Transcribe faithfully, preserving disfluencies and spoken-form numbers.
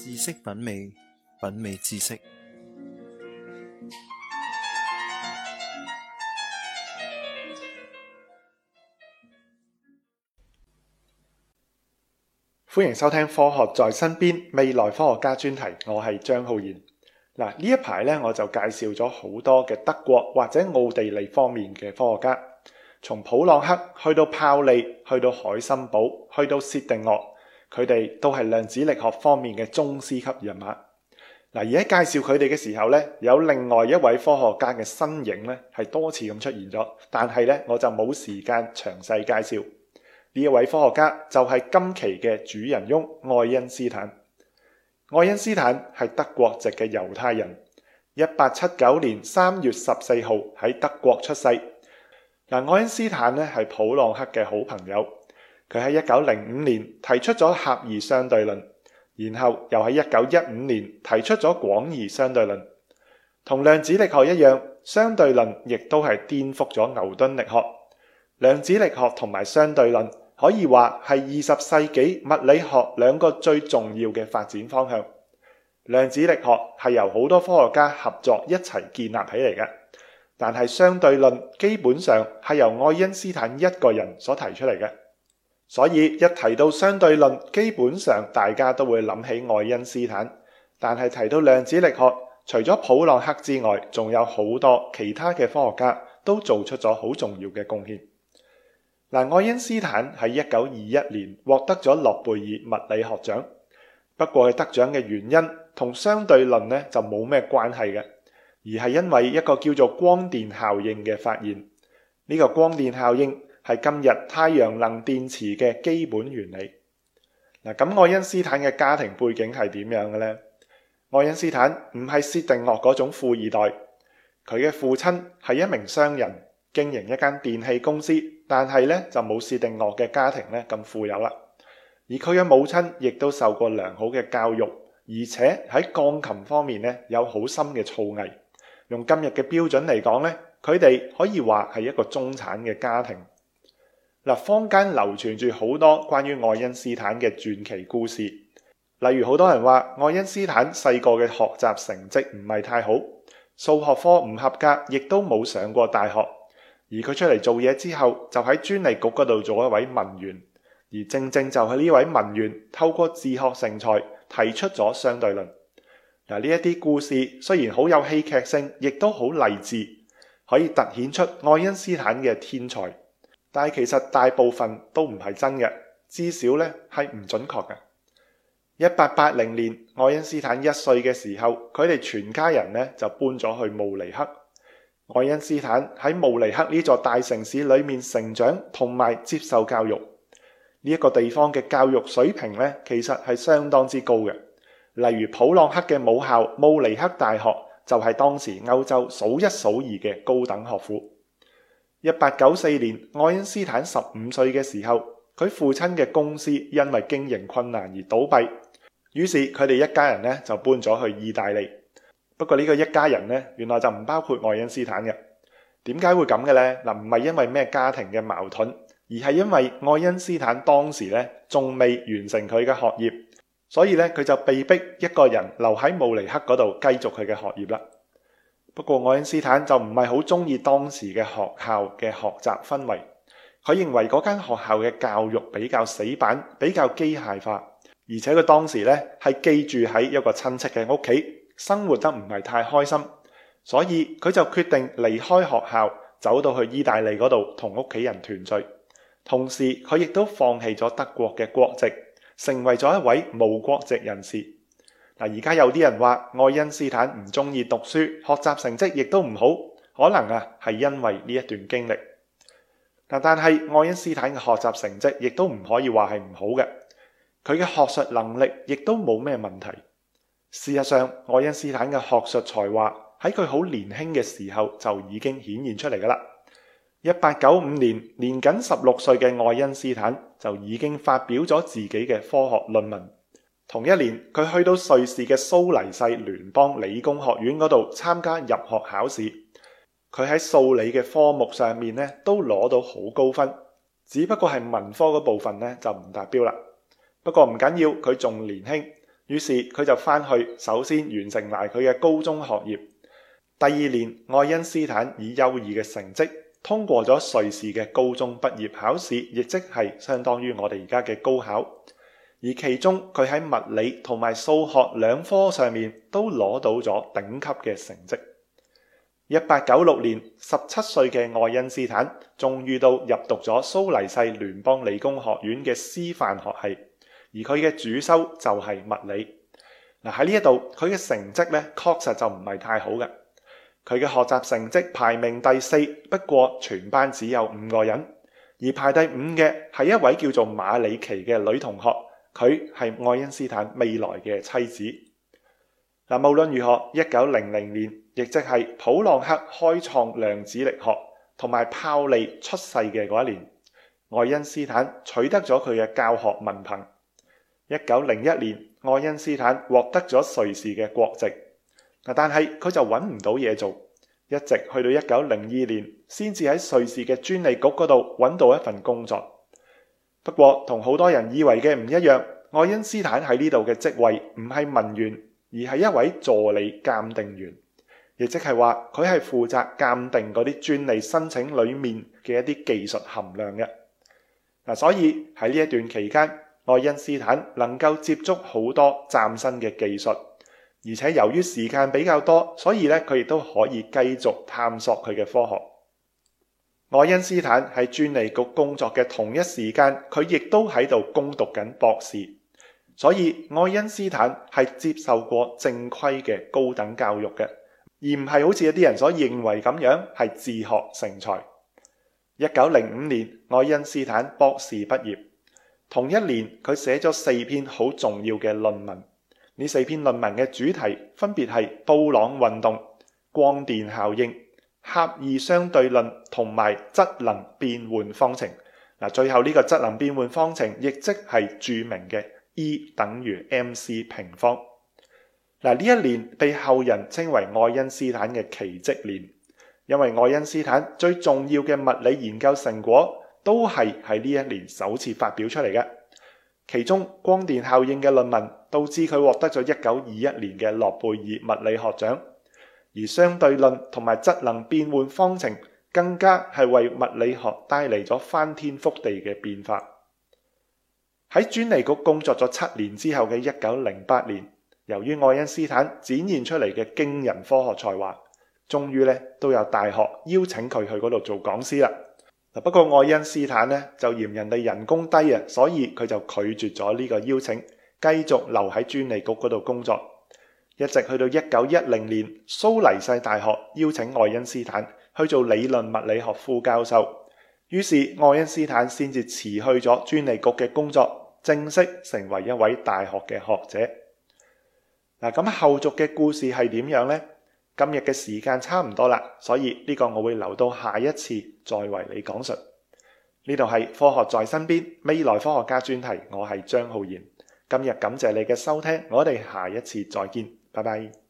知識品味，品味知識。 歡迎收聽科學在身邊未來科學家專題，我係張浩然。嗱，呢一排咧我就介紹咗好多嘅德國或者奧地利方面嘅科學家，從普朗克去到泡利，去到海森堡，去到薛定諤，佢哋都係量子力學方面嘅宗師級人物。嗱，而喺介紹佢哋嘅時候咧，有另外一位科學家嘅身影咧係多次咁出現咗，但係咧我就冇時間詳細介紹。呢一位科學家就係今期嘅主人翁愛因斯坦。愛因斯坦係德國籍嘅猶太人，一八七九年三月十四號喺德國出世。嗱，愛因斯坦咧係普朗克嘅好朋友，佢喺一九零五年提出咗狹義相對論，然後又喺一九一五年提出咗廣義相對論。同量子力學一樣，相對論亦都係顛覆咗牛頓力學。量子力學同埋相對論可以話係二十世紀物理學兩個最重要嘅發展方向。量子力學係由好多科學家合作一齊建立起嚟嘅，但係相對論基本上係由愛因斯坦一個人所提出嚟嘅。所以一提到相對論，基本上大家都會諗起愛因斯坦。但係提到量子力學，除咗普朗克之外，仲有好多其他嘅科學家都做出咗好重要嘅貢獻。嗱，愛因斯坦喺一九二一年獲得咗諾貝爾物理學獎，不過佢得獎嘅原因同相對論呢就冇咩關係嘅，而係因為一個叫做光電效應嘅發現。呢個光電效應係今日太陽能電池嘅基本原理。嗱，咁愛因斯坦嘅家庭背景係點樣嘅呢？愛因斯坦唔係薛定諤嗰種富二代，佢嘅父親係一名商人，經營一間電器公司，但係咧就冇薛定諤嘅家庭咧咁富有啦。而佢嘅母親亦都受過良好嘅教育，而且喺鋼琴方面咧有好深嘅造詣。用今日嘅標準嚟講咧，佢哋可以話係一個中產嘅家庭。嗱，坊間流傳住好多關於愛因斯坦嘅傳奇故事，例如好多人話愛因斯坦細個嘅學習成績唔係太好，數學科唔合格，亦都冇上過大學。而佢出嚟做嘢之後，就喺專利局嗰度做一位文員，而正正就係呢位文員透過自學成才提出咗相對論。嗱，呢一啲故事雖然好有戲劇性，亦都好勵志，可以凸顯出愛因斯坦嘅天才，但係其實大部分都唔係真嘅，至少咧係唔準確嘅。一八八零年，愛因斯坦一歲嘅時候，佢哋全家人咧就搬咗去慕尼黑。愛因斯坦喺慕尼黑呢座大城市裏面成長同埋接受教育，呢一個地方嘅教育水平咧，其實係相當之高嘅。例如普朗克嘅母校慕尼黑大學就係當時歐洲數一數二嘅高等學府。一八九四年，愛因斯坦十五歲嘅時候，佢父親嘅公司因為經營困難而倒閉，於是佢哋一家人咧就搬咗去意大利。不過呢個一家人呢，原來就唔包括愛因斯坦嘅。點解會咁嘅呢？嗱，唔係因為咩家庭嘅矛盾，而係因為愛因斯坦當時呢仲未完成佢嘅學業，所以呢佢就被逼一個人留喺慕尼黑嗰度繼續佢嘅學業啦。不過愛因斯坦就唔係好中意當時嘅學校嘅學習氛圍，佢認為嗰間學校嘅教育比較死板，比較機械化，而且佢當時呢係寄住喺一個親戚嘅屋企。生活得唔係太開心，所以佢就決定離開學校，走到去意大利嗰度同屋企人團聚。同時佢亦都放棄咗德國嘅國籍，成為咗一位無國籍人士。嗱，而家有啲人話愛因斯坦唔中意讀書，學習成績亦都唔好，可能啊係因為呢一段經歷。嗱，但係愛因斯坦嘅學習成績亦都唔可以話係唔好嘅，佢嘅學術能力亦都冇咩問題。事實上，愛因斯坦嘅學術才華喺佢好年輕嘅時候就已經顯現出嚟㗎啦。一八九五年，年僅十六歲嘅愛因斯坦就已經發表咗自己嘅科學論文。同一年，佢去到瑞士嘅蘇黎世聯邦理工學院嗰度參加入學考試。佢喺數理嘅科目上面呢都攞到好高分，只不過係文科嗰部分呢就唔達標啦。不過唔緊要，佢仲年輕。 於是佢就返去首先完成埋佢嘅高中學業。第二年，愛因斯坦以優異嘅成績通過咗瑞士嘅高中畢業考試，亦即係相當於我哋而家嘅高考。而其中佢喺物理同埋數學兩科上面都攞到咗頂級嘅成績。一八九六年，十七歲嘅愛因斯坦終於都入讀咗蘇黎世聯邦理工學院嘅師範學系，而佢嘅主修就係物理。嗱，喺呢一度，佢嘅成績咧確實就唔係太好嘅。佢嘅學習成績排名第四，不過全班只有五個人，而排第五嘅係一位叫做馬里奇嘅女同學，佢係愛因斯坦未來嘅妻子。嗱，無論如何，一九零零年，亦即係普朗克開創量子力學同埋泡利出世嘅嗰一年，愛因斯坦取得咗佢嘅教學文憑。一九零一年，愛因斯坦獲得咗瑞士嘅國籍。但係佢就揾唔到嘢做，一直去到一九零二年先至喺瑞士嘅專利局嗰度揾到一份工作。不過同好多人以為嘅唔一樣，愛因斯坦喺呢度嘅職位唔係文員，而係一位助理鑑定員，亦即係話佢係負責鑑定嗰啲專利申請裏面嘅一啲技術含量嘅。嗱，所以喺呢一段期間，愛因斯坦能夠接觸好多嶄新嘅技術。而且由於時間比較多，所以咧佢亦都可以繼續探索佢嘅科學。愛因斯坦喺專利局工作嘅同一時間，佢亦都喺度攻讀緊博士。所以愛因斯坦係接受過正規嘅高等教育嘅，而唔係好似有啲人所認為咁樣係自學成才。一九零五年，愛因斯坦博士畢業。同一年，佢寫咗四篇好重要嘅論文。呢四篇論文嘅主題分別係布朗運動、光電效應、狹義相對論同埋質能變換方程。嗱，最後呢個質能變換方程亦即係著名嘅 E 等於 mc 平方。嗱，呢一年被後人稱為愛因斯坦嘅奇蹟年，因為愛因斯坦最重要嘅物理研究成果都係喺呢一年首次發表出嚟嘅。其中光電效應嘅論文導致佢獲得咗一九二一年嘅諾貝爾物理學獎，而相對論同埋質能變換方程更加係為物理學帶嚟咗翻天覆地嘅變化。喺專利局工作咗七年之後嘅一九零八年，由於愛因斯坦展現出嚟嘅驚人科學才華，終於咧都有大學邀請佢去嗰度做講師啦。不過愛因斯坦咧就嫌人哋人工低啊，所以佢就拒絕咗呢個邀請，繼續留喺專利局嗰度工作，一直去到一九一零年，蘇黎世大學邀請愛因斯坦去做理論物理學副教授，於是愛因斯坦先至辭去咗專利局嘅工作，正式成為一位大學嘅學者。嗱，咁後續嘅故事係點樣呢？今日嘅時間差唔多啦，所以呢個我會留到下一次再為你講述。呢度係科學在身邊未來科學家專題，我係張浩然。今日感謝你嘅收聽，我哋下一次再見，拜拜。